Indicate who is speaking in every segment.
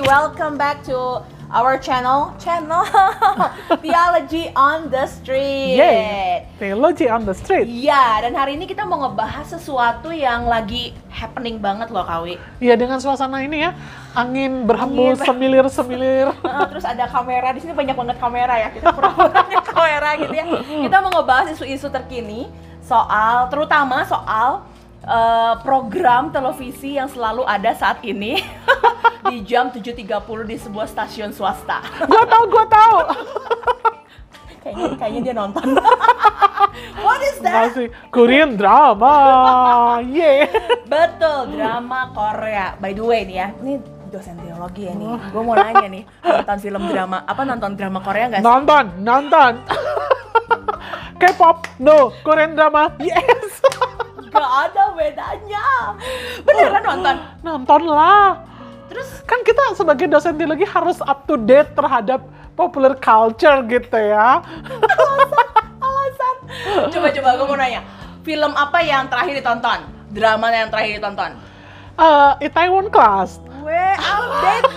Speaker 1: welcome back to our channel Theology on the Street.
Speaker 2: Yay, Theology on the Street.
Speaker 1: Ya, dan hari ini kita mau ngebahas sesuatu yang lagi happening banget loh, Kawi.
Speaker 2: Iya, dengan suasana ini ya, angin berhembus semilir-semilir.
Speaker 1: Terus ada kamera, di sini banyak banget kamera ya, kita pura-puranya kamera gitu ya. Kita mau ngebahas isu-isu terkini terutama soal program televisi yang selalu ada saat ini di jam 7.30 di sebuah stasiun swasta.
Speaker 2: Gua tahu.
Speaker 1: Kayaknya dia nonton. What is that?
Speaker 2: Masih Korean drama. Yeah.
Speaker 1: Betul, drama Korea. By the way nih ya, ini dosen teologi ya nih. Gue mau nanya nih, nonton drama Korea nggak sih?
Speaker 2: Nonton. K-pop, no. Korean drama, yes.
Speaker 1: Gak ada bedanya. Beneran nonton?
Speaker 2: Nonton lah.
Speaker 1: Terus
Speaker 2: kan kita sebagai dosen teologi harus up to date terhadap popular culture gitu ya.
Speaker 1: alasan. Coba gue mau nanya. Film apa yang terakhir ditonton? Drama yang terakhir ditonton?
Speaker 2: Itaewon Class.
Speaker 1: Update.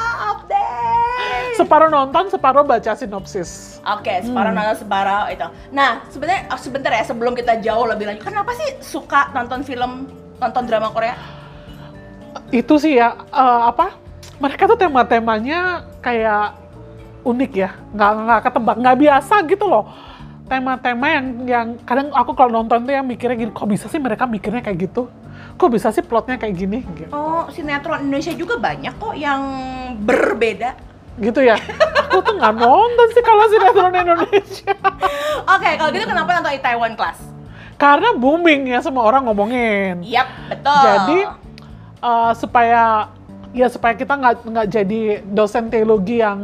Speaker 2: Separuh nonton, separuh baca sinopsis.
Speaker 1: Oke, separuh nonton, separuh itu. Nah, sebenarnya sebentar ya, sebelum kita jauh lebih lanjut, kenapa sih suka nonton drama Korea?
Speaker 2: Itu sih ya, mereka tuh tema-temanya kayak unik ya, nggak ketebak, nggak biasa gitu loh. Tema-tema yang kadang aku kalau nonton tuh yang mikirnya gini, kok bisa sih mereka mikirnya kayak gitu? Kok bisa sih plotnya kayak gini? Gitu.
Speaker 1: Oh, sinetron Indonesia juga banyak kok yang berbeda.
Speaker 2: Gitu ya? Aku tuh nggak nonton sih kalau sinetron Indonesia.
Speaker 1: Oke, kalau gitu kenapa nonton Itaewon Class?
Speaker 2: Karena booming ya, semua orang ngomongin.
Speaker 1: Yap, betul.
Speaker 2: Jadi supaya kita nggak jadi dosen teologi yang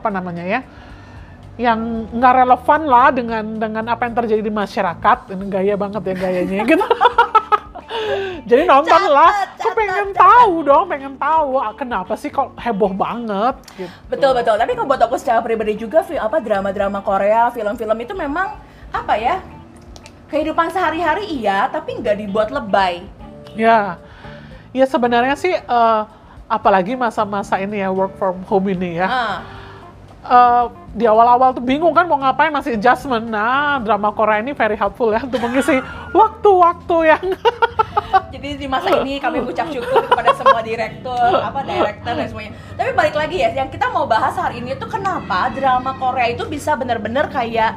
Speaker 2: yang nggak relevan lah dengan apa yang terjadi di masyarakat. Ini gaya banget ya gayanya gitu. Jadi nonton lah, aku pengen tahu kenapa sih kok heboh banget gitu.
Speaker 1: Betul. Tapi kalau buat aku secara pribadi juga drama-drama Korea, film-film itu memang kehidupan sehari-hari iya, tapi nggak dibuat lebay.
Speaker 2: Ya sebenarnya sih apalagi masa-masa ini ya, work from home ini ya. Di awal-awal tuh bingung kan mau ngapain, masih adjustment. Nah, drama Korea ini very helpful ya untuk mengisi waktu-waktu yang
Speaker 1: jadi di masa ini kami ucap syukur kepada semua director dan semuanya. Tapi balik lagi ya, yang kita mau bahas hari ini tuh kenapa drama Korea itu bisa benar-benar kayak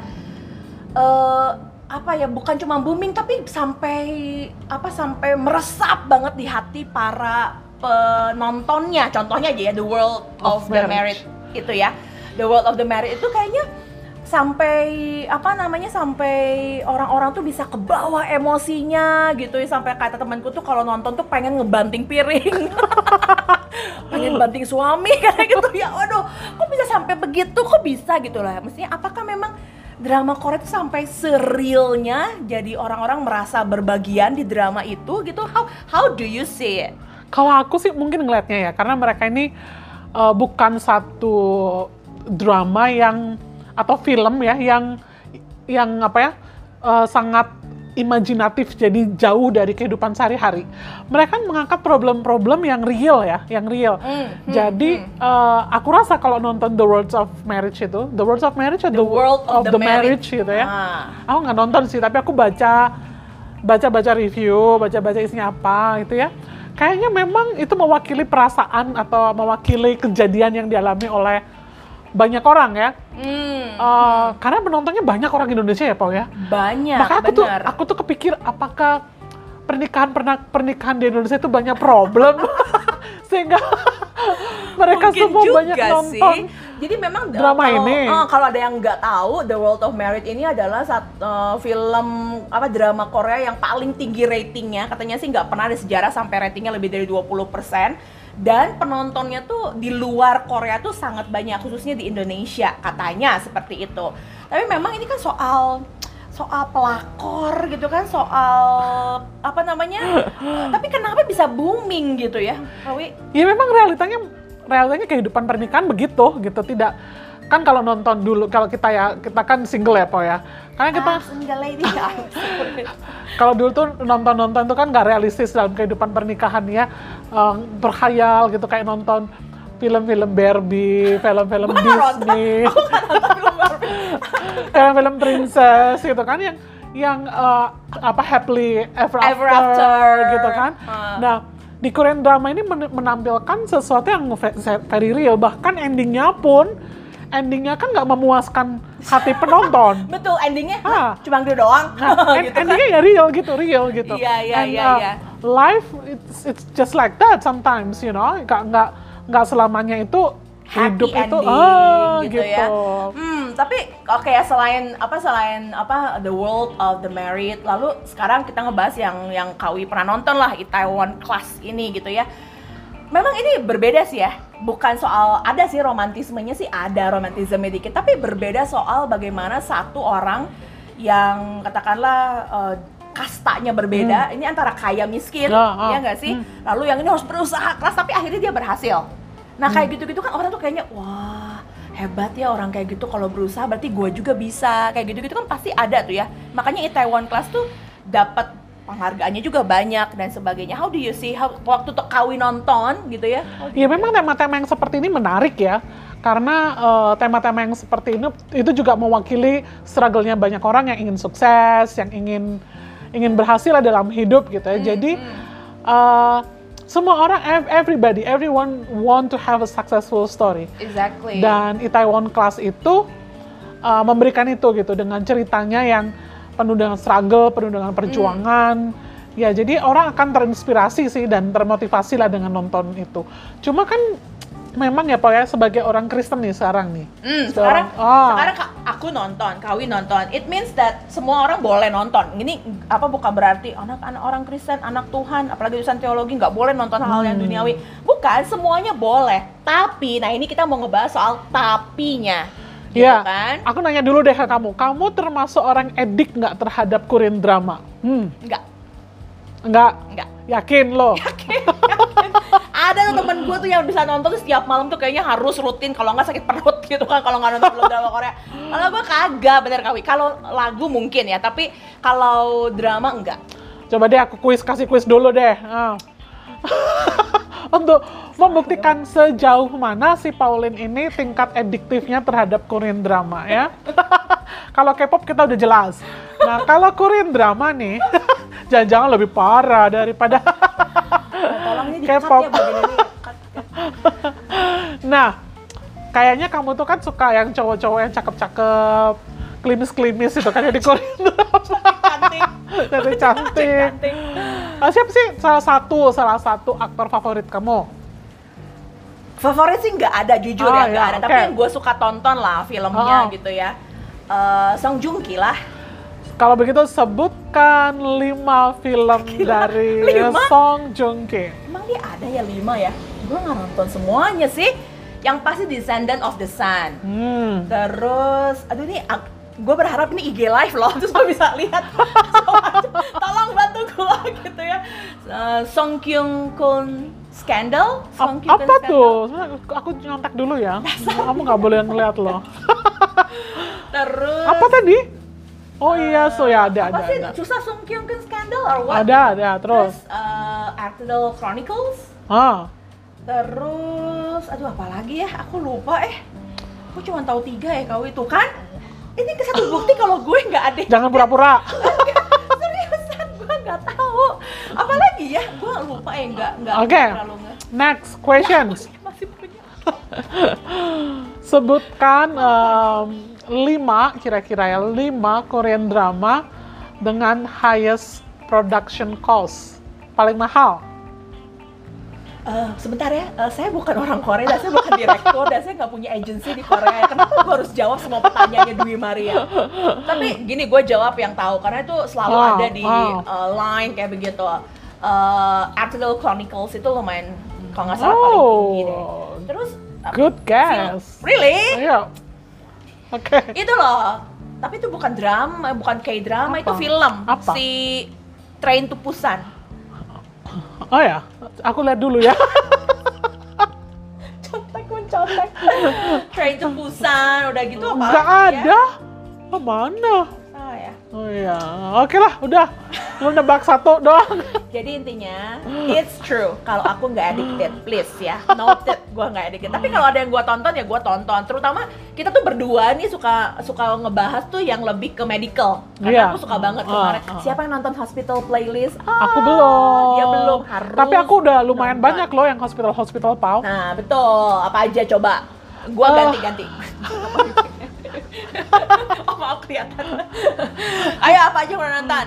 Speaker 1: bukan cuma booming tapi sampai meresap banget di hati para penontonnya. Contohnya aja ya, The World of the Married itu ya. The World of the Married itu kayaknya sampai orang-orang tuh bisa kebawa emosinya gitu ya, sampai kata temanku tuh kalau nonton tuh pengen ngebanting piring. Pengen banting suami kayak gitu ya. Waduh, kok bisa sampai begitu? Kok bisa gitu lah. Mestinya apakah memang drama Korea itu sampai serilnya jadi orang-orang merasa berbagian di drama itu gitu? How do you see it?
Speaker 2: Kalau aku sih mungkin ngelihatnya ya, karena mereka ini bukan satu drama atau film ya yang sangat imajinatif, jadi jauh dari kehidupan sehari-hari. Mereka mengangkat problem-problem yang real ya, Jadi aku rasa kalau nonton The World of Marriage itu, The World of Marriage atau
Speaker 1: The World of the
Speaker 2: Marriage gitu ya. Aku nggak nonton sih, tapi aku baca review, baca isinya apa gitu ya. Kayaknya memang itu mewakili perasaan atau mewakili kejadian yang dialami oleh banyak orang ya. Karena penontonnya banyak orang Indonesia ya, Paul ya.
Speaker 1: Banyak.
Speaker 2: Maka aku tuh kepikir apakah pernikahan di Indonesia itu banyak problem sehingga mereka
Speaker 1: mungkin
Speaker 2: semua
Speaker 1: juga
Speaker 2: banyak nonton
Speaker 1: sih. Jadi memang
Speaker 2: drama ini.
Speaker 1: Kalau ada yang nggak tahu, The World of Married ini adalah film drama Korea yang paling tinggi ratingnya. Katanya sih nggak pernah ada sejarah sampai ratingnya lebih dari 20%. Dan penontonnya tuh di luar Korea tuh sangat banyak, khususnya di Indonesia, katanya seperti itu. Tapi memang ini kan soal pelakor gitu kan, tapi kenapa bisa booming gitu ya, Kawi?
Speaker 2: Ya memang realitanya kehidupan pernikahan begitu gitu, tidak kan kalau nonton dulu, kalau kita kan single ya, Po ya. Karena kita
Speaker 1: single lady ya.
Speaker 2: Kalau dulu tuh nonton tuh kan nggak realistis dalam kehidupan pernikahan ya, berkhayal gitu, kayak nonton film-film Barbie, film-film
Speaker 1: Gua nggak nonton.
Speaker 2: Disney,
Speaker 1: Aku nggak nonton film Barbie.
Speaker 2: film-film princess gitu kan yang happily ever
Speaker 1: Ever
Speaker 2: after,
Speaker 1: after.
Speaker 2: gitu kan. Nah, di Korean drama ini menampilkan sesuatu yang very real, bahkan endingnya kan nggak memuaskan hati penonton.
Speaker 1: Betul, endingnya
Speaker 2: Ah.
Speaker 1: cuma gitu doang.
Speaker 2: Nah,
Speaker 1: Gitu kan.
Speaker 2: endingnya ya real gitu.
Speaker 1: Iya,
Speaker 2: And,
Speaker 1: iya.
Speaker 2: life it's just like that sometimes, you know. Nggak selamanya itu
Speaker 1: Happy
Speaker 2: hidup itu
Speaker 1: ending, gitu ya.
Speaker 2: gitu.
Speaker 1: Tapi oke ya, selain The World of the Married, lalu sekarang kita ngebahas yang Kawi pernah nonton lah, Itaewon Class ini gitu ya. Memang ini berbeda sih ya, bukan soal ada sih romantismenya sih, ada romantisme dikit, tapi berbeda soal bagaimana satu orang yang katakanlah kastanya berbeda, ini antara kaya miskin, ya nggak sih? Lalu yang ini harus berusaha keras tapi akhirnya dia berhasil. Nah kayak gitu-gitu kan orang tuh kayaknya wah hebat ya orang kayak gitu, kalau berusaha berarti gue juga bisa, kayak gitu-gitu kan pasti ada tuh ya. Makanya Itaewon Class tuh dapat penghargaannya juga banyak dan sebagainya. How do you see waktu tuh Kawi nonton gitu ya?
Speaker 2: Ya memang tema-tema yang seperti ini menarik ya, karena tema-tema yang seperti ini itu juga mewakili struggle-nya banyak orang yang ingin sukses, yang ingin berhasil dalam hidup gitu ya. Jadi semua orang, everyone want to have a successful story.
Speaker 1: Exactly.
Speaker 2: Dan Itaewon Class itu memberikan itu gitu dengan ceritanya yang penuh dengan struggle, penuh dengan perjuangan. Ya, jadi orang akan terinspirasi sih dan termotivasi lah dengan nonton itu. Cuma kan memang ya Pak ya, sebagai orang Kristen nih sekarang nih.
Speaker 1: Sekarang aku nonton, Kawi nonton. It means that semua orang boleh nonton. Ini bukan berarti anak-anak orang Kristen, anak Tuhan, apalagi jurusan teologi nggak boleh nonton hal yang duniawi. Bukan, semuanya boleh. Tapi, nah ini kita mau ngebahas soal tapinya. Gitu
Speaker 2: ya,
Speaker 1: kan?
Speaker 2: Aku nanya dulu deh ke kamu. Kamu termasuk orang edik nggak terhadap Korean drama? Enggak. Yakin lo?
Speaker 1: Yakin. Ada tuh temen gue tuh yang bisa nonton tuh setiap malam tuh kayaknya harus rutin, kalau nggak sakit perut gitu kan kalau nggak nonton film drama Korea. Kalau gue kagak, bener Kawi. Kalau lagu mungkin ya, tapi kalau drama enggak.
Speaker 2: Coba deh aku kasih kuis dulu deh. Untuk membuktikan sejauh mana si Pauline ini tingkat adiktifnya terhadap Korean drama ya. Kalau K-pop kita udah jelas. Nah, kalau Korean drama nih, jangan-jangan lebih parah daripada
Speaker 1: tolong ini
Speaker 2: K-pop.
Speaker 1: di-cut ya bagian ini.
Speaker 2: Nah, kayaknya kamu tuh kan suka yang cowok-cowok yang cakep-cakep, klimis-klimis itu kan ya di Korean drama. Cantik. Siapa sih salah satu aktor favorit kamu?
Speaker 1: Favorit sih nggak ada, jujur ya nggak ada.
Speaker 2: Okay.
Speaker 1: Tapi yang gue suka tonton lah filmnya gitu ya. Song Joong Ki lah.
Speaker 2: Kalau begitu sebutkan 5 film dari
Speaker 1: 5?
Speaker 2: Song Joong Ki.
Speaker 1: Emang dia ada ya 5 ya? Gue nggak nonton semuanya sih. Yang pasti Descendant of the Sun. Terus, aduh ini gue berharap ini IG live loh, terus gue bisa lihat. Tolong bantu gue gitu ya. Song Kyung Kun Scandal.
Speaker 2: Apa tuh? Aku nyontek dulu ya. Kamu nggak boleh ngeliat loh.
Speaker 1: Terus
Speaker 2: apa tadi? Oh iya, ada.
Speaker 1: Apa sih? Susah Song Kyung Kun Scandal or what?
Speaker 2: Ada, terus.
Speaker 1: Arthdale Chronicles. Terus, aduh apa lagi ya? Aku lupa Aku cuma tahu 3 ya kau itu kan? Ini satu bukti kalau gue nggak ada.
Speaker 2: Jangan pura-pura.
Speaker 1: Seriusan, gue nggak tahu. Apalagi ya? Gue lupa nggak.
Speaker 2: Oke. Next questions.
Speaker 1: Masih punya.
Speaker 2: Sebutkan 5 kira-kira ya 5 Korean drama dengan highest production cost, paling mahal.
Speaker 1: Sebentar ya, saya bukan orang Korea, dan saya bukan direktur, dan saya nggak punya agency di Korea. Kenapa gue harus jawab semua pertanyaannya Dwi Maria? Tapi gini, gue jawab yang tahu, karena itu selalu ada di line kayak begitu. Arthdale Chronicles itu lumayan, kalau nggak salah paling tinggi deh. Terus
Speaker 2: Good guess.
Speaker 1: Really?
Speaker 2: Iya. Oke.
Speaker 1: Itu loh. Tapi itu bukan drama, bukan K-drama, itu film.
Speaker 2: Apa?
Speaker 1: Si Train to Busan.
Speaker 2: Oh ya, aku lihat dulu ya.
Speaker 1: Contek. Train to Busan, udah gitu apa?
Speaker 2: Nggak ada. Oh, mana?
Speaker 1: Ya.
Speaker 2: Oh iya, oke lah, udah. Lu nebak satu doang.
Speaker 1: Jadi intinya, it's true. Kalau aku nggak addicted, please ya, noted, gue nggak addicted. Tapi kalau ada yang gue tonton ya gue tonton. Terutama kita tuh berdua nih suka ngebahas tuh yang lebih ke medical. Karena aku suka banget kemarin. Siapa yang nonton Hospital Playlist?
Speaker 2: Aku belum.
Speaker 1: Dia belum. Harus.
Speaker 2: Tapi aku udah lumayan banyak loh yang hospital Pau.
Speaker 1: Nah betul. Apa aja coba? Gue ganti-ganti. Oh maaf kelihatan. Ayo apa aja mau nonton?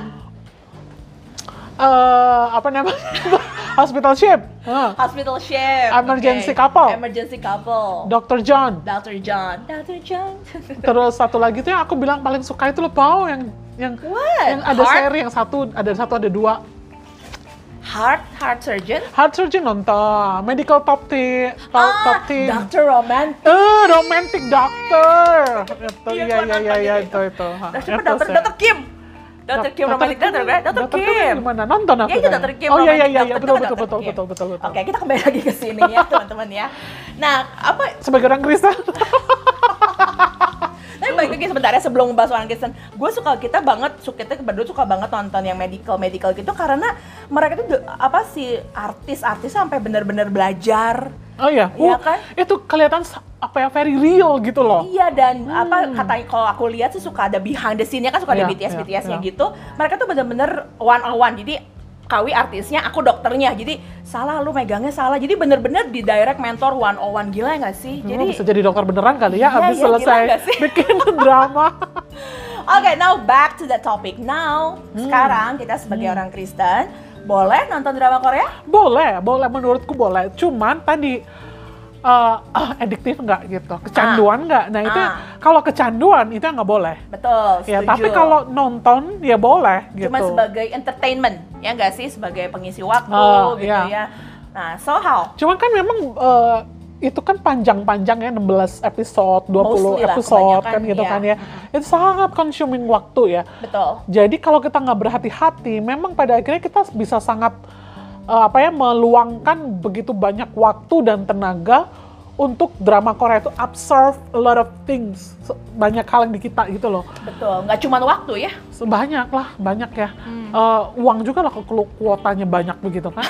Speaker 2: Apa namanya? Hospital Ship.
Speaker 1: Hospital Ship.
Speaker 2: Emergency Couple.
Speaker 1: Emergency Couple.
Speaker 2: Dr. John.
Speaker 1: Dr. John. Dr. John.
Speaker 2: Terus satu lagi tuh yang aku bilang paling suka itu loh Pau yang
Speaker 1: What?
Speaker 2: yang ada seri yang satu ada dua.
Speaker 1: Heart Surgeon.
Speaker 2: Heart Surgeon nonton. Medical Top Team.
Speaker 1: Dr. Romantic.
Speaker 2: Romantic Doctor. Itu iya itu.
Speaker 1: Dr. Kim. Dr. Kim Romantic Dr. Kim.
Speaker 2: Gimana? Nonton aku.
Speaker 1: Ya itu Dr. Kim.
Speaker 2: Oh iya betul.
Speaker 1: Oke, kita kembali lagi ke sini ya teman-teman ya. Nah, apa
Speaker 2: sebagai orang Kristen?
Speaker 1: Tapi balik lagi sebentar ya sebelum membahas orang Kristen, kita berdua suka banget nonton yang medical gitu karena mereka itu apa sih artis sampai benar-benar belajar.
Speaker 2: Oh iya,
Speaker 1: kan?
Speaker 2: Itu kelihatan apa ya very real gitu loh.
Speaker 1: Iya dan apa katanya kalau aku lihat sih suka ada behind the scene-nya kan suka ada BTS-nya gitu. Mereka tuh benar-benar one on one. Jadi Kawi artisnya, aku dokternya. Jadi salah lu megangnya salah. Jadi bener-bener di direct mentor 101 gila nggak sih? Jadi
Speaker 2: bisa jadi dokter beneran kali ya abis selesai bikin drama.
Speaker 1: Oke, now back to the topic. Now, sekarang kita sebagai orang Kristen boleh nonton drama Korea?
Speaker 2: Boleh menurutku boleh. Cuman tadi adiktif nggak gitu, kecanduan nggak? Nah itu kalau kecanduan itu nggak boleh.
Speaker 1: Betul, setuju.
Speaker 2: Ya tapi kalau nonton ya boleh gitu.
Speaker 1: Cuma sebagai entertainment, ya nggak sih? Sebagai pengisi waktu gitu ya. Nah, so how?
Speaker 2: Cuman kan memang itu kan panjang-panjang ya, 16 episode, 20
Speaker 1: Mostly
Speaker 2: episode kan gitu kan ya. Itu sangat consuming waktu ya.
Speaker 1: Betul.
Speaker 2: Jadi kalau kita nggak berhati-hati, memang pada akhirnya kita bisa sangat meluangkan begitu banyak waktu dan tenaga untuk drama Korea itu absorb a lot of things, banyak hal yang di kita gitu loh.
Speaker 1: Betul, nggak cuma waktu ya?
Speaker 2: Banyak ya. Uang juga lah kuotanya banyak begitu kan.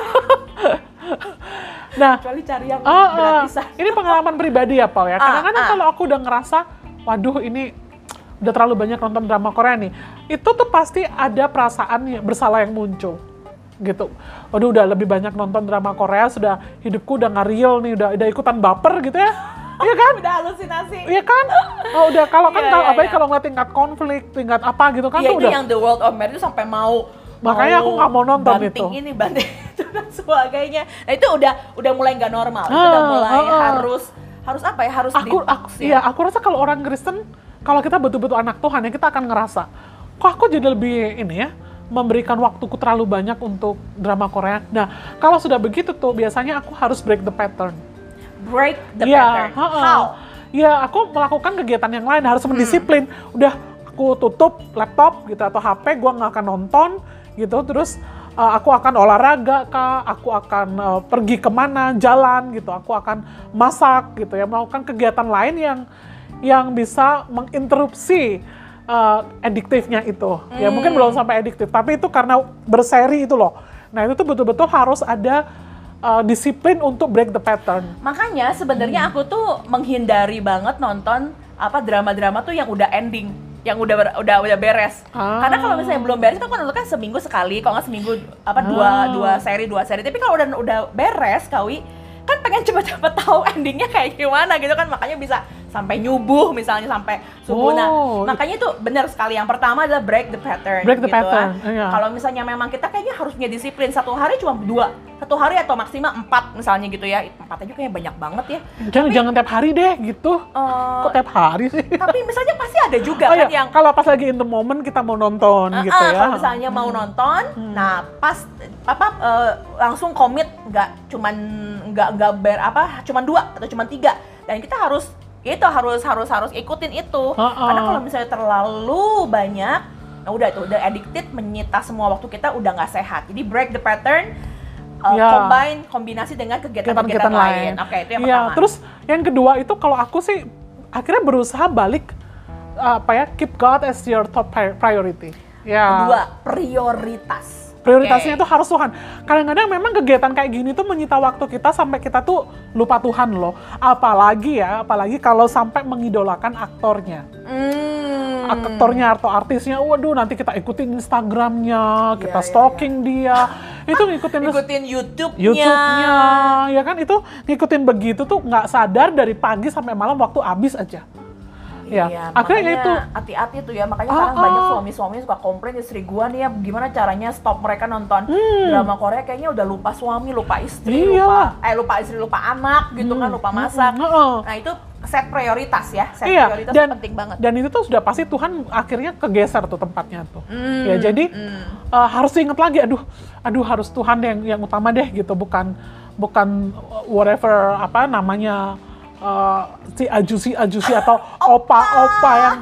Speaker 2: Nah,
Speaker 1: kecuali cari yang gratisan.
Speaker 2: Ini pengalaman pribadi ya Paul ya. Kadang-kadang kalau aku udah ngerasa, waduh ini udah terlalu banyak nonton drama Korea nih, itu tuh pasti ada perasaan bersalah yang muncul. Gitu. Waduh udah lebih banyak nonton drama Korea, sudah hidupku udah nggak real nih, udah ikutan baper gitu ya. Iya kan?
Speaker 1: Udah halusinasi.
Speaker 2: Iya kan? Oh udah kalau kan apalagi kalau ngeliat tingkat konflik, tingkat apa gitu kan tuh
Speaker 1: itu
Speaker 2: udah.
Speaker 1: yang The World of Marriage itu sampai
Speaker 2: makanya aku nggak mau nonton
Speaker 1: banting
Speaker 2: itu.
Speaker 1: Ini banting itu dan sebagainya. Nah itu udah mulai nggak normal. Itu udah mulai harus apa ya? Harus
Speaker 2: aku rasa kalau orang Kristen, kalau kita betul-betul anak Tuhan ya kita akan ngerasa, kok aku jadi lebih ini ya, memberikan waktuku terlalu banyak untuk drama Korea. Nah, kalau sudah begitu tuh biasanya aku harus break the pattern.
Speaker 1: Break the pattern. How?
Speaker 2: Ya, aku melakukan kegiatan yang lain, harus mendisiplin. Udah aku tutup laptop gitu atau HP, gua nggak akan nonton gitu. Terus aku akan olahraga kah, aku akan pergi kemana, jalan gitu. Aku akan masak gitu ya, melakukan kegiatan lain yang bisa menginterupsi adiktifnya itu. Ya mungkin belum sampai adiktif, tapi itu karena berseri itu loh. Nah itu tuh betul-betul harus ada disiplin untuk break the pattern.
Speaker 1: Makanya sebenarnya aku tuh menghindari banget nonton drama-drama tuh yang udah ending, yang udah beres. Karena kalau misalnya belum beres, aku nonton kan seminggu sekali, kalau nggak seminggu dua seri. Tapi kalau udah beres, Kawi kan pengen cepet-cepet tahu endingnya kayak gimana gitu kan, makanya bisa sampai nyubuh misalnya sampai subuh. Makanya itu benar sekali. Yang pertama adalah break the pattern.
Speaker 2: Break the pattern. Iya.
Speaker 1: Kalau misalnya memang kita kayaknya harus punya disiplin, satu hari cuma 2, satu hari atau maksimal 4 misalnya gitu ya. 4 aja kayaknya banyak banget ya.
Speaker 2: Jangan tiap hari deh gitu. Kok tiap hari sih?
Speaker 1: Tapi misalnya pasti ada juga kan yang
Speaker 2: kalau pas lagi in the moment kita mau nonton gitu ya.
Speaker 1: Kalau misalnya mau nonton, nah pas langsung komit, cuman 2 atau cuman 3, dan kita harus ikutin itu. Karena kalau misalnya terlalu banyak, nah udah addicted, menyita semua waktu kita, udah nggak sehat. Jadi break the pattern, kombinasi dengan kegiatan-kegiatan lain. Oke, itu yang pertama.
Speaker 2: Terus yang kedua itu kalau aku sih akhirnya berusaha balik keep God as your top priority. Ya.
Speaker 1: Kedua, prioritas.
Speaker 2: Prioritasnya itu harus Tuhan. Kadang-kadang memang kegiatan kayak gini tuh menyita waktu kita sampai kita tuh lupa Tuhan loh. Apalagi kalau sampai mengidolakan aktornya. Aktornya atau artisnya, waduh nanti kita ikutin Instagramnya, kita stalking dia. Itu ngikutin YouTube-nya, ya kan, itu ngikutin begitu tuh nggak sadar dari pagi sampai malam waktu habis aja.
Speaker 1: Iya, akhirnya itu hati-hati tuh ya, makanya sekarang banyak suami-suami suka komplain, istri gua nih ya gimana caranya stop mereka nonton drama Korea, kayaknya udah lupa suami, lupa istri, lupa istri, lupa anak gitu kan, lupa masak. Nah itu set prioritas ya, prioritas penting banget. Dan itu tuh sudah pasti Tuhan akhirnya kegeser tuh tempatnya tuh. Ya jadi harus inget lagi, aduh harus Tuhan yang utama deh gitu, bukan whatever apa namanya. Si ajusi atau opa yang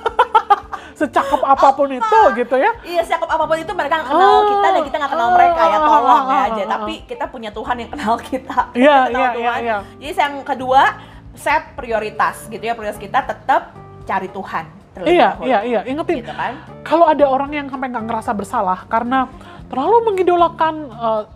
Speaker 1: secakep apapun itu gitu ya. Iya, secakep apapun itu mereka nggak kenal kita dan kita nggak kenal mereka ya, tolong ya aja. Tapi kita punya Tuhan yang kenal kita.
Speaker 2: Iya.
Speaker 1: Jadi yang kedua, set prioritas gitu ya, prioritas kita tetap cari Tuhan.
Speaker 2: Iya, ingetin. Gitu kan? Kalau ada orang yang sampai nggak ngerasa bersalah karena terlalu mengidolakan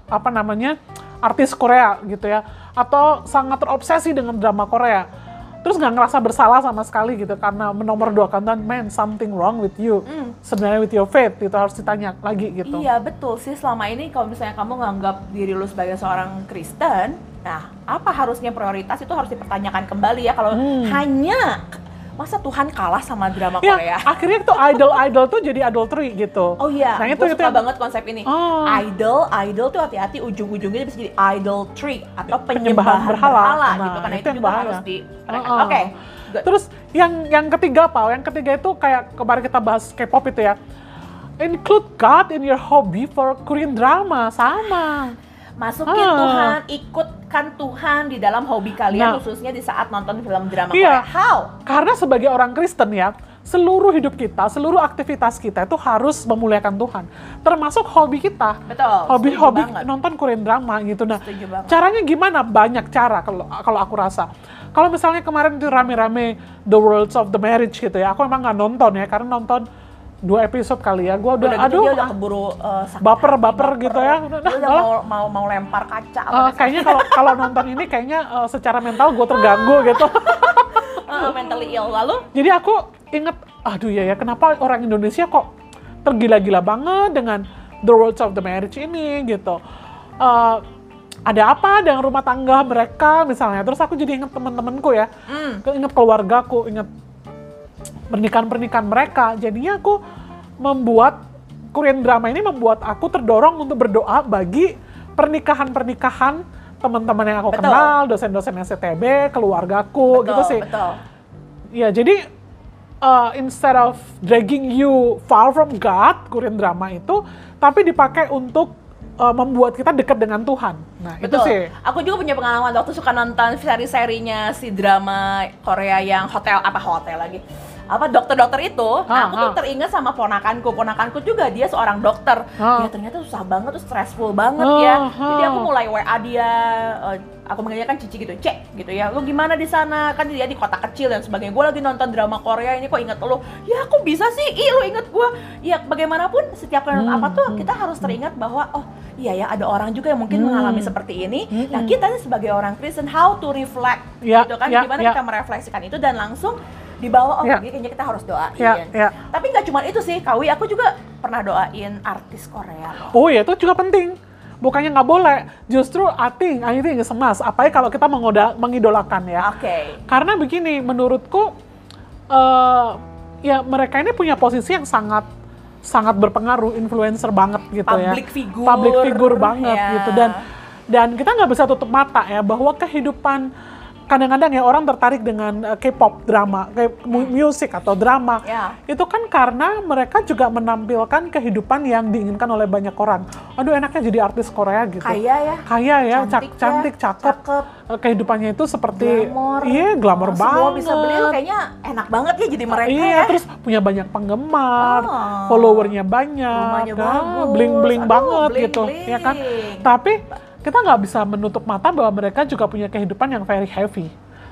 Speaker 2: artis Korea gitu ya, atau sangat terobsesi dengan drama Korea, terus nggak ngerasa bersalah sama sekali gitu karena menomorduakan Tuhan, man, something wrong with you. Sebenarnya with your faith, itu harus ditanya lagi gitu.
Speaker 1: Iya betul sih, selama ini kalau misalnya kamu nganggap diri lu sebagai seorang Kristen, nah apa harusnya prioritas itu harus dipertanyakan kembali ya. Kalau hanya masa Tuhan kalah sama drama Korea?
Speaker 2: Akhirnya tuh idol tuh jadi adultery gitu.
Speaker 1: Oh iya,
Speaker 2: nah,
Speaker 1: itu suka banget konsep ini. Idol tuh hati-hati ujung-ujungnya bisa jadi idolatry atau penyembahan berhala gitu. Karena itu juga harus di. Oke.
Speaker 2: Terus yang ketiga, Pau, yang ketiga itu kayak kemarin kita bahas K-pop itu ya. Include God in your hobby for Korean drama, sama.
Speaker 1: Masukin Tuhan, ikutkan Tuhan di dalam hobi kalian, khususnya di saat nonton film drama Korea. How?
Speaker 2: Karena sebagai orang Kristen ya, seluruh hidup kita, seluruh aktivitas kita itu harus memuliakan Tuhan. Termasuk hobi kita.
Speaker 1: Betul.
Speaker 2: Hobi nonton Korean drama gitu. Nah, caranya gimana? Banyak cara kalau aku rasa. Kalau misalnya kemarin itu rame-rame The Worlds of the Marriage gitu ya, aku emang nggak nonton ya, karena nonton 2 episode kali ya, gue udah
Speaker 1: udah keburu
Speaker 2: baper gitu ya,
Speaker 1: udah mau lempar kaca.
Speaker 2: Kayaknya kalau nonton ini kayaknya secara mental gue terganggu gitu.
Speaker 1: Mentally ill. Lalu?
Speaker 2: Jadi aku inget, kenapa orang Indonesia kok tergila-gila banget dengan The Worlds of the Marriage ini gitu. Ada apa dengan rumah tangga mereka misalnya, terus aku jadi inget teman-temanku ya, inget keluargaku, inget pernikahan mereka. Jadinya aku membuat Korean drama ini membuat aku terdorong untuk berdoa bagi pernikahan teman-teman yang aku kenal, dosen-dosen SCTB, keluargaku gitu sih. Ya, jadi instead of dragging you far from God, Korean drama itu tapi dipakai untuk membuat kita dekat dengan Tuhan. Nah, itu sih.
Speaker 1: Aku juga punya pengalaman waktu suka nonton seri-serinya si drama Korea yang hotel lagi. Dokter-dokter itu, aku tuh teringat sama ponakanku juga dia seorang dokter. Ya ternyata susah banget, tuh stressful banget ya. Jadi aku mulai WA dia, aku manggilnya kan Cici gitu, Cek gitu ya. Lu gimana di sana? Kan dia di kota kecil dan sebagainya. Gue lagi nonton drama Korea ini kok inget lu. Ya aku bisa sih, lu inget gue. Ya bagaimanapun setiap kali apa tuh kita harus teringat bahwa iya ya ada orang juga yang mungkin mengalami seperti ini. Nah kita sebagai orang Kristen, how to reflect gitu kan, gimana kita merefleksikan itu dan langsung dibawa, kayaknya kita harus doain. Tapi nggak cuma itu sih, Kawi, aku juga pernah doain artis Korea.
Speaker 2: Oh iya, itu juga penting. Bukannya nggak boleh, justru I think semas. Apalagi kalau kita mengidolakan ya. Karena begini, menurutku, ya mereka ini punya posisi yang sangat berpengaruh, influencer banget gitu ya. Public figure banget gitu. Dan kita nggak bisa tutup mata ya bahwa kehidupan kadang-kadang ya orang tertarik dengan K-pop drama, musik atau drama. Itu kan karena mereka juga menampilkan kehidupan yang diinginkan oleh banyak orang. Aduh enaknya jadi artis Korea gitu. Kaya ya, cantik, cakep. Kehidupannya itu seperti glamor banget.
Speaker 1: Semua bisa beli, kayaknya enak banget ya jadi mereka ya.
Speaker 2: Terus punya banyak penggemar, followernya banyak, bling-bling banget gitu, ya kan. Tapi kita nggak bisa menutup mata bahwa mereka juga punya kehidupan yang very heavy.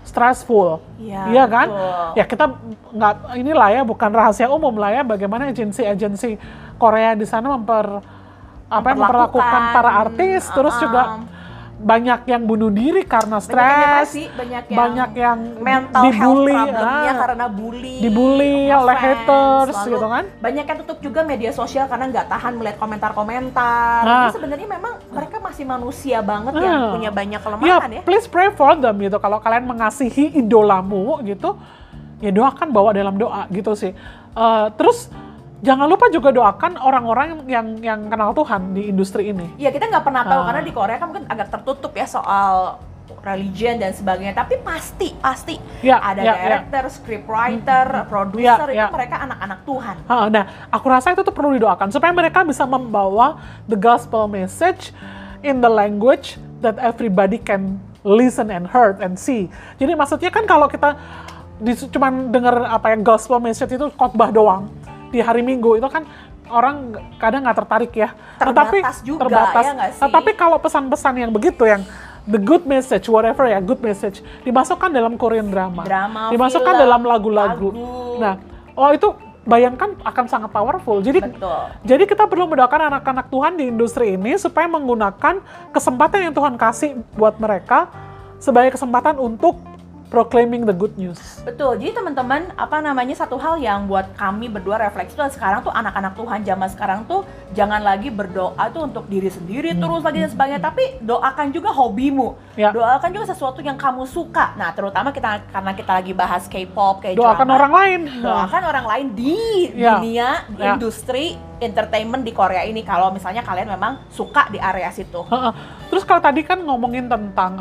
Speaker 2: stressful,
Speaker 1: Iya,
Speaker 2: iya kan?
Speaker 1: betul.
Speaker 2: Ya kita nggak, inilah ya, bukan rahasia umum lah ya, bagaimana agensi-agensi Korea di sana memperlakukan para artis, terus juga banyak yang bunuh diri karena stres, banyak yang
Speaker 1: mental
Speaker 2: dibully,
Speaker 1: health problemnya karena
Speaker 2: dibully oleh haters,
Speaker 1: lalu
Speaker 2: gitu kan?
Speaker 1: Banyak yang tutup juga media sosial karena nggak tahan melihat komentar-komentar. Jadi sebenarnya memang mereka masih manusia banget yang punya banyak kelemahan ya.
Speaker 2: Please pray for them gitu. Kalau kalian mengasihi idolamu gitu, ya doakan, bawa dalam doa gitu sih. Terus jangan lupa juga doakan orang-orang yang kenal Tuhan di industri ini.
Speaker 1: Iya, kita nggak pernah tahu karena di Korea kan mungkin agak tertutup ya soal religion dan sebagainya. Tapi pasti ada director, scriptwriter, producer, itu mereka anak-anak Tuhan.
Speaker 2: Nah, aku rasa itu tuh perlu didoakan supaya mereka bisa membawa the gospel message in the language that everybody can listen and heard and see. Jadi maksudnya kan kalau kita cuman dengar gospel message itu khotbah doang di hari Minggu, itu kan orang kadang nggak tertarik ya.
Speaker 1: Terbatas juga ya nggak sih?
Speaker 2: Tetapi kalau pesan-pesan yang begitu, yang the good message, whatever ya, good message, dimasukkan dalam Korean drama dimasukkan
Speaker 1: film,
Speaker 2: dalam lagu-lagu. Nah, itu bayangkan akan sangat powerful. Jadi kita perlu mendoakan anak-anak Tuhan di industri ini supaya menggunakan kesempatan yang Tuhan kasih buat mereka sebagai kesempatan untuk proclaiming the good news.
Speaker 1: Betul. Jadi teman-teman, satu hal yang buat kami berdua refleksi tuh sekarang tuh anak-anak Tuhan zaman sekarang tuh jangan lagi berdoa tuh untuk diri sendiri terus lagi dan sebagainya, tapi doakan juga hobimu. Doakan juga sesuatu yang kamu suka. Nah, terutama karena kita lagi bahas K-pop, K-drama.
Speaker 2: Doakan orang lain.
Speaker 1: Doakan orang lain di dunia industri entertainment di Korea ini, kalau misalnya kalian memang suka di area situ.
Speaker 2: Terus kalau tadi kan ngomongin tentang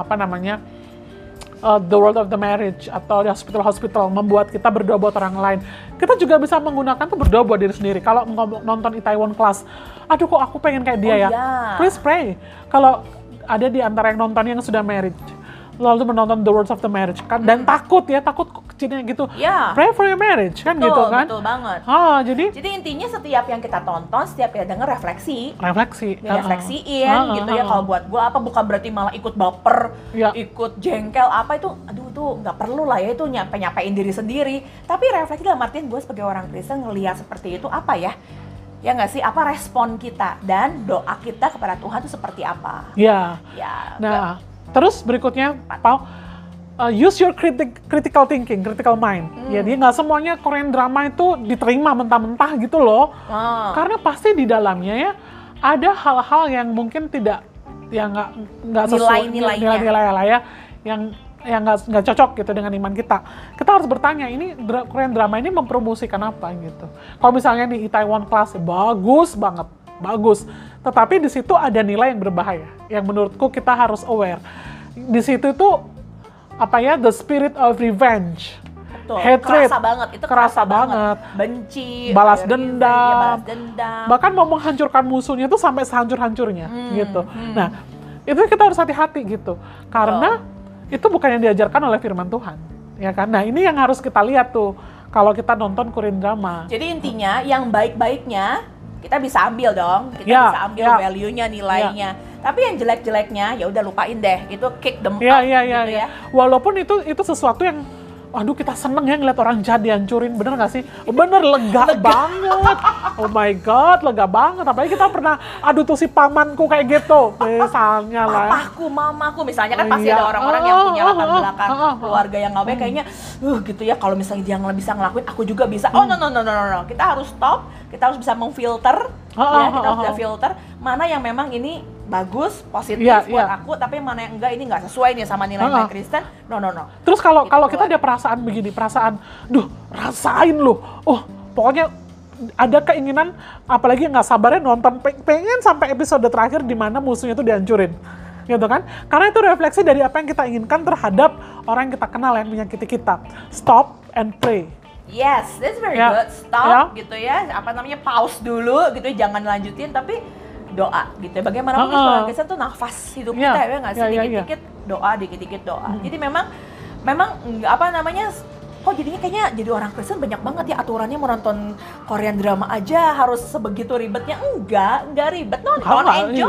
Speaker 2: the world of the marriage atau the hospital membuat kita berdoa buat orang lain. Kita juga bisa menggunakan tuh berdoa buat diri sendiri. Kalau nonton Itaewon Class, aduh kok aku pengen kayak dia Please pray. Kalau ada di antara yang nonton yang sudah married, lalu menonton The Words of the Marriage kan, dan takut kecilnya gitu. Pray for your marriage kan, gitu kan?
Speaker 1: Betul banget.
Speaker 2: Jadi
Speaker 1: intinya setiap yang kita tonton, setiap kita denger refleksiin gitu ya. Kalau buat gue bukan berarti malah ikut baper, ikut jengkel itu, itu nggak perlu lah ya, itu nyapain diri sendiri. Tapi refleksi dalam artian gue sebagai orang Kristen ngelihat seperti itu ya nggak sih, apa respon kita dan doa kita kepada Tuhan itu seperti apa?
Speaker 2: Nah, terus berikutnya, Pau, use your critical thinking, critical mind. Jadi nggak semuanya Korean drama itu diterima mentah-mentah gitu loh. Karena pasti di dalamnya ya ada hal-hal yang mungkin nggak sesuai nilai-nilai lah ya, yang nggak cocok gitu dengan iman kita. Kita harus bertanya, ini Korean drama ini mempromosikan apa gitu. Kalau misalnya di Itaewon Class, bagus banget, bagus. Tetapi di situ ada nilai yang berbahaya, yang menurutku kita harus aware. Di situ tuh the spirit of revenge. Hatred, kerasa banget.
Speaker 1: Benci,
Speaker 2: balas dendam. Bahkan mau menghancurkan musuhnya tuh sampai sehancur-hancurnya gitu. Nah, itu kita harus hati-hati gitu. Karena itu bukan yang diajarkan oleh firman Tuhan, ya kan? Nah, ini yang harus kita lihat tuh kalau kita nonton Korean drama.
Speaker 1: Jadi intinya yang baik-baiknya kita bisa ambil dong, kita bisa ambil value-nya, nilainya. Tapi yang jelek-jeleknya ya udah lupain deh, itu kick them out gitu ya.
Speaker 2: Walaupun itu sesuatu yang aduh, kita seneng ya ngeliat orang jahat dihancurin, bener gak sih? Bener, lega banget. Oh my God, lega banget. Apalagi kita pernah, aduh tuh si pamanku kayak gitu, misalnya lah.
Speaker 1: Papaku, mamaku, misalnya kan pasti ada orang-orang yang punya latar belakang keluarga yang nggak baik, kayaknya, gitu ya, kalau misalnya dia bisa ngelakuin, aku juga bisa. Oh no. Kita harus stop, kita harus bisa memfilter, kita harus bisa filter, mana yang memang ini bagus, positif buat aku, tapi mana yang enggak, ini nggak sesuai nih sama nilai-nilai Kristen. No.
Speaker 2: Terus kalau kita ada perasaan begini, rasain loh. Oh, pokoknya ada keinginan, apalagi nggak sabarnya nonton, pengen sampai episode terakhir di mana musuhnya itu dihancurin. Gitu kan? Karena itu refleksi dari apa yang kita inginkan terhadap orang yang kita kenal yang menyakiti kita. Stop and pray.
Speaker 1: Yes, that's very good. Stop gitu ya. Pause dulu gitu, jangan lanjutin, tapi doa gitu ya. Bagaimanapun sebagai Kristen tuh nafas hidup kita ya nggak sih, dikit-dikit doa, dikit-dikit doa. Jadi memang kok jadinya kayaknya jadi orang Kristen banyak banget ya aturannya mau nonton Korean drama aja harus sebegitu ribetnya. Enggak ribet, nonton,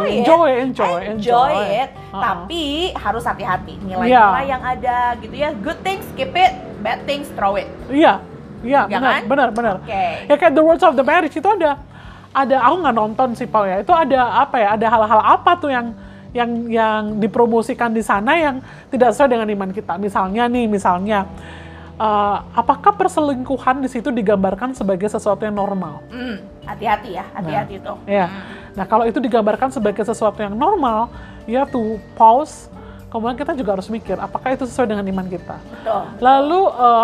Speaker 1: enjoy it. Tapi harus hati-hati nilai-nilai yang ada gitu ya. Good things keep it, bad things throw it.
Speaker 2: Iya,
Speaker 1: ya
Speaker 2: benar.
Speaker 1: Okay.
Speaker 2: Ya kayak The Rules of the Marriage itu ada aku nggak nonton sih Paul ya. Itu ada apa ya? Ada hal-hal apa tuh yang dipromosikan di sana yang tidak sesuai dengan iman kita. Misalnya, apakah perselingkuhan di situ digambarkan sebagai sesuatu yang normal?
Speaker 1: Hati-hati itu.
Speaker 2: Ya. Nah, kalau itu digambarkan sebagai sesuatu yang normal, ya tuh pause. Kemudian kita juga harus mikir, apakah itu sesuai dengan iman kita?
Speaker 1: Betul.
Speaker 2: Lalu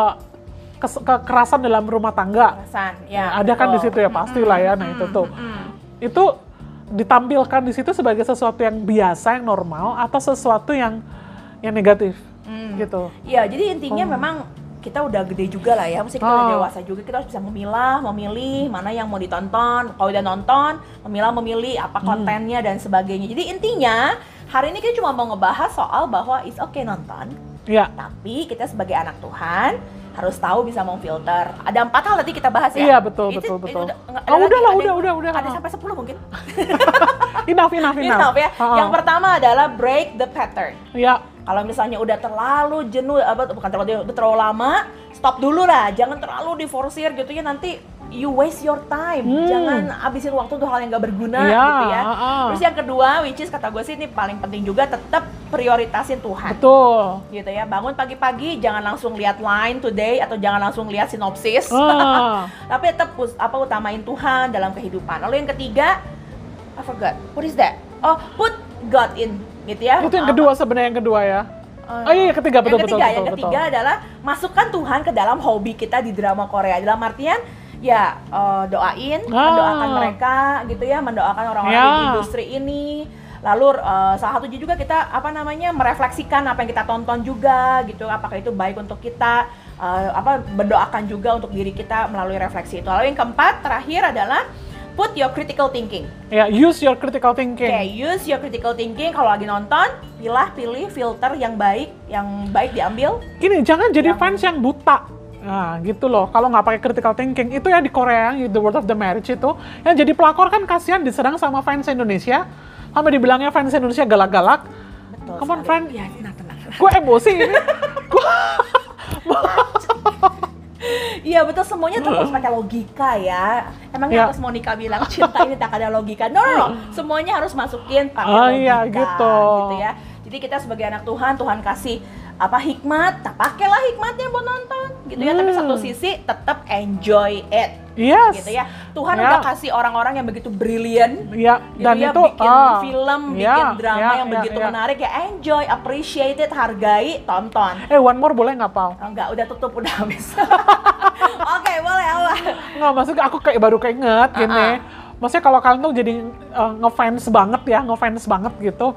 Speaker 2: kekerasan dalam rumah tangga, ada kan di situ ya pastilah ya. Nah itu ditampilkan di situ sebagai sesuatu yang biasa, yang normal, atau sesuatu yang negatif, gitu.
Speaker 1: Ya, jadi intinya memang kita udah gede juga lah ya, mesti kita udah dewasa juga, kita harus bisa memilih mana yang mau ditonton. Kalau udah nonton, memilih apa kontennya dan sebagainya. Jadi intinya hari ini kita cuma mau ngebahas soal bahwa it's okay nonton, tapi kita sebagai anak Tuhan harus tahu bisa memfilter. Ada 4 hal nanti kita bahas ya.
Speaker 2: Iya, betul. Udah.
Speaker 1: Ada sampai 10 mungkin.
Speaker 2: Enough
Speaker 1: ya. Yang pertama adalah break the pattern.
Speaker 2: Iya.
Speaker 1: Kalau misalnya udah terlalu jenuh, terlalu lama, stop dulu lah. Jangan terlalu diforsir gitu ya, nanti you waste your time. Jangan habisin waktu untuk hal yang gak berguna gitu ya. Terus yang kedua, which is kata gue sih ini paling penting juga, tetap prioritasin Tuhan.
Speaker 2: Betul.
Speaker 1: Gitu ya, bangun pagi-pagi jangan langsung lihat line today atau jangan langsung lihat sinopsis. Tapi tetap utamain Tuhan dalam kehidupan. Lalu yang ketiga, I forgot, what is that? Put God in, gitu ya.
Speaker 2: Itu yang kedua sebenarnya, yang kedua ya. Yang ketiga adalah masukkan Tuhan ke dalam hobi kita di drama Korea. Dalam artian ya mendoakan mereka gitu ya, mendoakan orang-orang di industri ini. Lalu salah satunya juga kita merefleksikan apa yang kita tonton juga gitu, apakah itu baik untuk kita, mendoakan juga untuk diri kita melalui refleksi itu. Lalu yang keempat terakhir adalah put your critical thinking. Ya, use your critical thinking.
Speaker 1: Use your critical thinking. Kalau lagi nonton, pilih filter yang baik diambil.
Speaker 2: Gini, jangan jadi fans yang buta. Nah, gitu loh. Kalau nggak pakai critical thinking, itu ya di Korea, yang The World of the Marriage itu, yang jadi pelakor kan kasihan diserang sama fans Indonesia, sampai dibilangnya fans Indonesia galak-galak.
Speaker 1: Betul.
Speaker 2: Come on, friend.
Speaker 1: Ya, tenang.
Speaker 2: Gue emosi ini.
Speaker 1: Iya betul, semuanya tuh harus pakai logika ya. Emangnya pas Monica bilang cinta ini tak ada logika? No. Semuanya harus masukin pakai logika. Gitu ya. Jadi kita sebagai anak Tuhan kasih hikmat, pakailah hikmatnya buat nonton gitu ya. Tapi satu sisi tetap enjoy it.
Speaker 2: Yes.
Speaker 1: Gitu ya. Tuhan udah kasih orang-orang yang begitu brilian.
Speaker 2: Iya.
Speaker 1: Gitu
Speaker 2: Dan
Speaker 1: ya,
Speaker 2: itu
Speaker 1: bikin film, bikin drama yang begitu menarik ya. Enjoy, appreciate it, hargai, tonton.
Speaker 2: One more boleh nggak, Pau?
Speaker 1: Enggak, udah tutup, udah habis. Oke, boleh apa?
Speaker 2: Nggak, maksudnya aku baru keinget gini. Maksudnya kalau kalian tuh jadi ngefans banget gitu.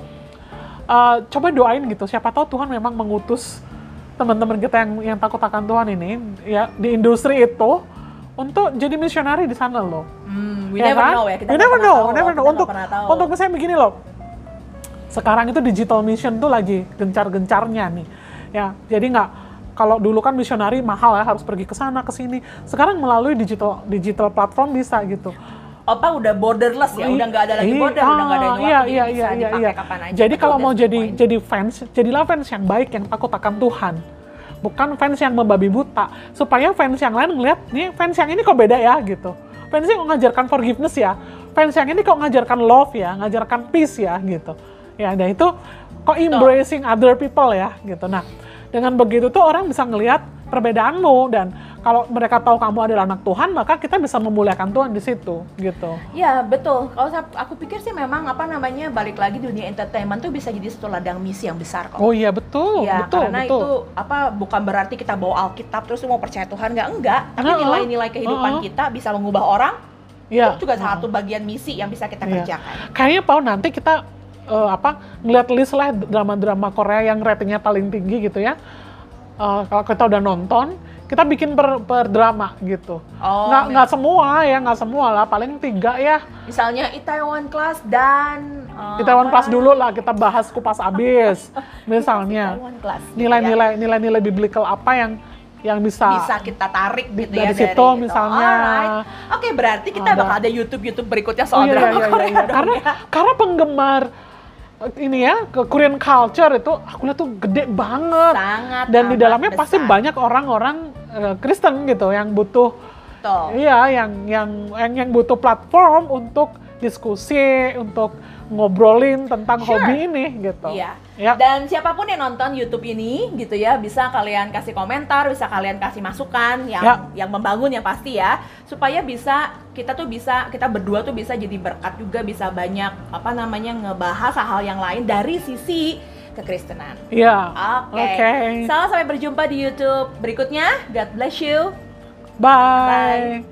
Speaker 2: Coba doain gitu, siapa tahu Tuhan memang mengutus teman-teman kita yang takut akan Tuhan ini ya di industri itu untuk jadi misionari di sana loh.
Speaker 1: We never know ya, kita
Speaker 2: never know. Untuk misalnya begini loh, sekarang itu digital mission tuh lagi gencar-gencarnya nih ya. Jadi nggak, kalau dulu kan misionari mahal ya, harus pergi ke sana ke sini. Sekarang melalui digital platform bisa gitu.
Speaker 1: Udah borderless ya, udah nggak ada lagi border, udah nggak ada yang bisa dipakai kapan aja.
Speaker 2: Jadi kalau mau jadi fans, jadilah fans yang baik, yang takut akan Tuhan, bukan fans yang membabi buta, supaya fans yang lain ngeliat, nih fans yang ini kok beda ya gitu. Fans yang ngajarkan forgiveness ya, fans yang ini kok ngajarkan love ya, ngajarkan peace ya gitu. Ya, dan itu kok embracing other people ya gitu. Nah, dengan begitu tuh orang bisa ngelihat perbedaanmu, dan kalau mereka tahu kamu adalah anak Tuhan, maka kita bisa memuliakan Tuhan di situ, gitu.
Speaker 1: Ya betul. Kalau aku pikir sih memang balik lagi dunia entertainment tuh bisa jadi satu ladang misi yang besar kok.
Speaker 2: Oh iya betul.
Speaker 1: Ya
Speaker 2: betul,
Speaker 1: karena
Speaker 2: betul.
Speaker 1: itu bukan berarti kita bawa Alkitab terus mau percaya Tuhan, enggak. Tapi nilai-nilai kehidupan kita bisa mengubah orang. Itu juga satu bagian misi yang bisa kita kerjakan.
Speaker 2: Kayaknya Pau nanti kita ngeliat list lah drama-drama Korea yang ratingnya paling tinggi gitu ya. Kalau kita udah nonton, kita bikin per drama gitu. Nggak semua lah, paling 3 ya.
Speaker 1: Misalnya Itaewon Class dan
Speaker 2: Itaewon Class dulu lah, kita bahas kupas abis. Misalnya nilai-nilai biblical apa yang yang bisa
Speaker 1: kita tarik gitu
Speaker 2: dari
Speaker 1: ya
Speaker 2: situ
Speaker 1: dari
Speaker 2: misalnya.
Speaker 1: Alright. Oke, berarti kita
Speaker 2: Ada.
Speaker 1: bakal ada YouTube berikutnya
Speaker 2: Oh,
Speaker 1: soal
Speaker 2: iya,
Speaker 1: drama
Speaker 2: iya, iya,
Speaker 1: Korea
Speaker 2: iya.
Speaker 1: dong
Speaker 2: Karena
Speaker 1: ya.
Speaker 2: karena penggemar ini ya ke Korean culture itu aku lihat tuh gede banget.
Speaker 1: Sangat
Speaker 2: Dan di
Speaker 1: amat
Speaker 2: dalamnya pasti
Speaker 1: besar.
Speaker 2: banyak orang-orang Kristen gitu yang butuh
Speaker 1: Betul.
Speaker 2: iya yang butuh platform untuk diskusi, untuk ngobrolin tentang
Speaker 1: Sure.
Speaker 2: hobi ini gitu.
Speaker 1: Iya.
Speaker 2: Ya.
Speaker 1: Dan siapapun yang nonton YouTube ini gitu ya, bisa kalian kasih komentar, bisa kalian kasih masukan yang
Speaker 2: Ya.
Speaker 1: yang membangun yang pasti ya, supaya kita berdua tuh bisa jadi berkat juga, bisa banyak ngebahas hal-hal yang lain dari sisi kekristenan.
Speaker 2: Iya.
Speaker 1: Oke. Sampai berjumpa di YouTube berikutnya. God bless you.
Speaker 2: Bye.
Speaker 1: Bye.